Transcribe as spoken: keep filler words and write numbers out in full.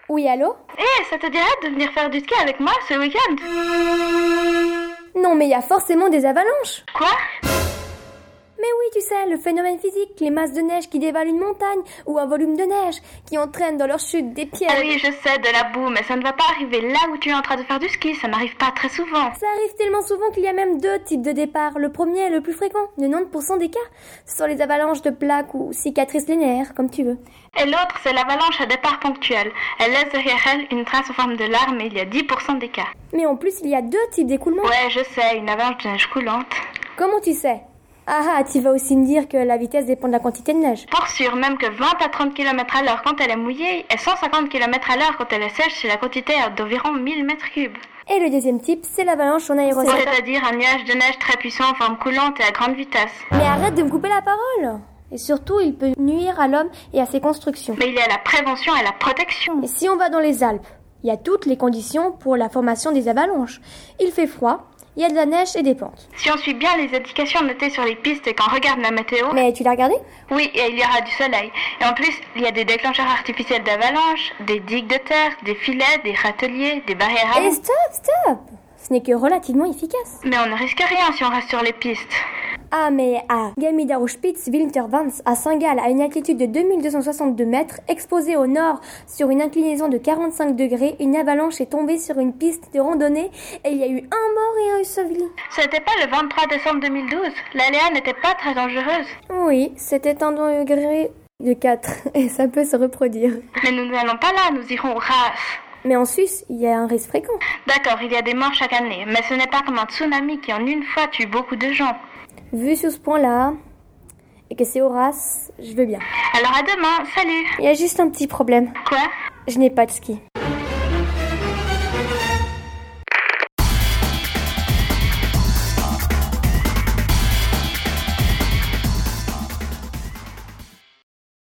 Oui, allô? Hé, hey, ça te dirait de venir faire du ski avec moi ce week-end? Non, mais il y a forcément des avalanches. Quoi? Mais oui, tu sais, le phénomène physique, les masses de neige qui dévalent une montagne ou un volume de neige qui entraîne dans leur chute des pierres. Ah oui, je sais, de la boue, mais ça ne va pas arriver là où tu es en train de faire du ski, ça m'arrive pas très souvent. Ça arrive tellement souvent qu'il y a même deux types de départ. Le premier est le plus fréquent, quatre-vingt-dix pour cent des cas. Ce sont les avalanches de plaques ou cicatrices linéaires, comme tu veux. Et l'autre, c'est l'avalanche à départ ponctuel. Elle laisse derrière elle une trace en forme de larme et il y a dix pour cent des cas. Mais en plus, il y a deux types d'écoulement. Ouais, je sais, une avalanche de neige coulante. Comment tu sais? Ah ah, tu vas aussi me dire que la vitesse dépend de la quantité de neige. Pour sûr, même que vingt à trente kilomètres à l'heure quand elle est mouillée et cent cinquante kilomètres à l'heure quand elle est sèche, c'est la quantité d'environ mille mètres cubes. Et le deuxième type, c'est l'avalanche en aérosol. C'est-à-dire un nuage de neige très puissant en forme coulante et à grande vitesse. Mais arrête de me couper la parole! Et surtout, il peut nuire à l'homme et à ses constructions. Mais il y a la prévention et la protection. Et si on va dans les Alpes, il y a toutes les conditions pour la formation des avalanches. Il fait froid. Il y a de la neige et des pentes. Si on suit bien les indications notées sur les pistes et qu'on regarde la météo... Mais tu l'as regardé? Oui, et il y aura du soleil. Et en plus, il y a des déclencheurs artificiels d'avalanche, des digues de terre, des filets, des râteliers, des barrières à Et stop, stop! Ce n'est que relativement efficace. Mais on ne risque rien si on reste sur les pistes. Ah, mais à Gamida-Spitz-Wintervans, à Saint-Gall, à une altitude de deux mille deux cent soixante-deux mètres, exposée au nord sur une inclinaison de quarante-cinq degrés, une avalanche est tombée sur une piste de randonnée et il y a eu un mort et un enseveli. Ce n'était pas le vingt-trois décembre deux mille douze? L'aléa n'était pas très dangereuse. Oui, c'était un degré de quatre et ça peut se reproduire. Mais nous n'allons pas là, nous irons au Ras. Mais en Suisse, il y a un risque fréquent. D'accord, il y a des morts chaque année, mais ce n'est pas comme un tsunami qui en une fois tue beaucoup de gens. Vu sur ce point-là, et que c'est Horace, je veux bien. Alors à demain, salut. Il y a juste un petit problème. Quoi? Je n'ai pas de ski.